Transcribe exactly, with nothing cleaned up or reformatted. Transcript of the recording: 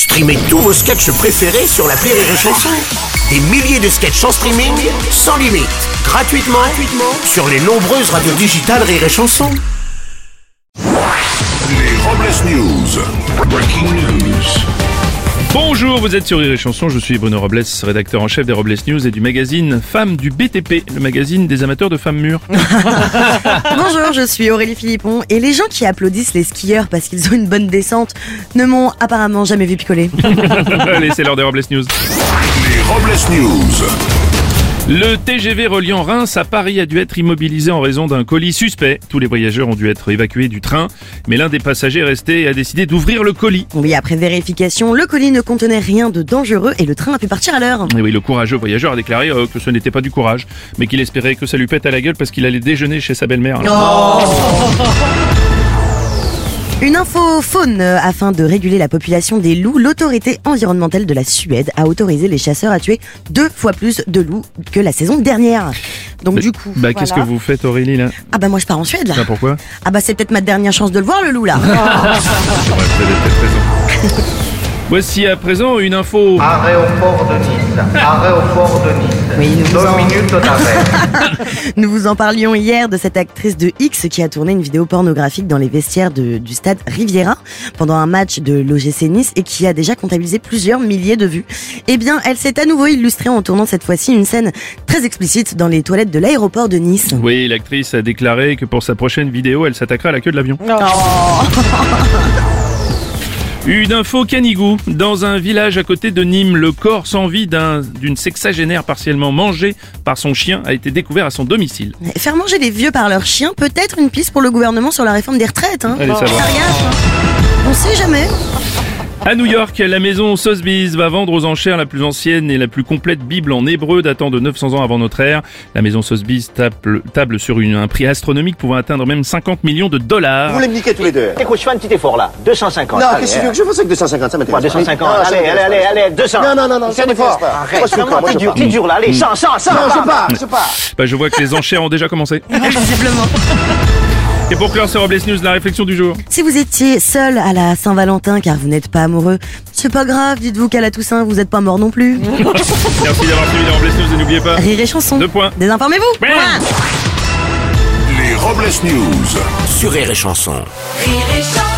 Streamez tous vos sketchs préférés sur l'appli Rire et Chanson. Des milliers de sketchs en streaming, sans limite, gratuitement, gratuitement sur les nombreuses radios digitales Rire et Chanson. Les Robles News. Breaking news. Bonjour, vous êtes sur Rire et Chanson, je suis Bruno Robles, rédacteur en chef des Robles News et du magazine Femmes du B T P, le magazine des amateurs de femmes mûres. Bonjour, je suis Aurélie Philippon et les gens qui applaudissent les skieurs parce qu'ils ont une bonne descente ne m'ont apparemment jamais vu picoler. Allez, c'est l'heure des Robles News. Les Robles News. Le T G V reliant Reims à Paris a dû être immobilisé en raison d'un colis suspect. Tous les voyageurs ont dû être évacués du train, mais l'un des passagers est resté et a décidé d'ouvrir le colis. Oui, après vérification, le colis ne contenait rien de dangereux et le train a pu partir à l'heure. Et oui, le courageux voyageur a déclaré euh, que ce n'était pas du courage, mais qu'il espérait que ça lui pète à la gueule parce qu'il allait déjeuner chez sa belle-mère. Une info faune, afin de réguler la population des loups, l'autorité environnementale de la Suède a autorisé les chasseurs à tuer deux fois plus de loups que la saison dernière. Donc bah, du coup, bah qu'est-ce que voilà. vous faites, Aurélie, là? Ah bah moi je pars en Suède là. Ah, pourquoi? Ah bah c'est peut-être ma dernière chance de le voir, le loup là. Ouais, vous avez peut-être raison. Voici à présent une info. Arrêt au port de Nice. Arrêt au port de Nice. Oui, nous vous Deux en- minutes d'arrêt. Nous vous en parlions hier de cette actrice de X qui a tourné une vidéo pornographique dans les vestiaires de- du stade Riviera pendant un match de l'O G C Nice et qui a déjà comptabilisé plusieurs milliers de vues. Eh bien, elle s'est à nouveau illustrée en tournant cette fois-ci une scène très explicite dans les toilettes de l'aéroport de Nice. Oui, l'actrice a déclaré que pour sa prochaine vidéo, elle s'attaquera à la queue de l'avion. Une info canigou. Dans un village à côté de Nîmes, le corps sans vie d'un, d'une sexagénaire partiellement mangée par son chien a été découvert à son domicile. Faire manger les vieux par leurs chiens peut être une piste pour le gouvernement sur la réforme des retraites. Hein. Allez savoir. Faire gaffe, hein. On sait jamais. À New York, la maison Sotheby's va vendre aux enchères la plus ancienne et la plus complète Bible en hébreu datant de neuf cents ans avant notre ère. La maison Sotheby's table, table sur une, un prix astronomique pouvant atteindre même cinquante millions de dollars. Vous voulez me niquer tous les deux? Écoute, je fais un petit effort là. deux cent cinquante. Non, allez, qu'est-ce que tu veux que je fasse avec deux cent cinquante? Ça Quoi, m'intéresse deux cent cinquante? pas. Non, ça Allez, allez, m'intéresse allez, pas. allez, deux cents. Non, non, non, non, Fais ça un effort. m'intéresse pas. Arrête, Moi, je fais vraiment, quoi? Moi, t'es je dur, fais t'es dur là. Allez, cent, cent, cent. Non, je sais pas, je sais pas. Bah, je vois que les enchères ont déjà commencé. Visiblement. Et pour clore ce Robles News, la réflexion du jour. Si vous étiez seul à la Saint-Valentin car vous n'êtes pas amoureux, c'est pas grave, dites-vous qu'à la Toussaint, vous n'êtes pas mort non plus. Merci d'avoir suivi les Robles News et n'oubliez pas... Rire et chanson. Deux points. Désinformez-vous. Ouais. Point. Les Robles News. Sur Rire et Chanson. Rire et chanson.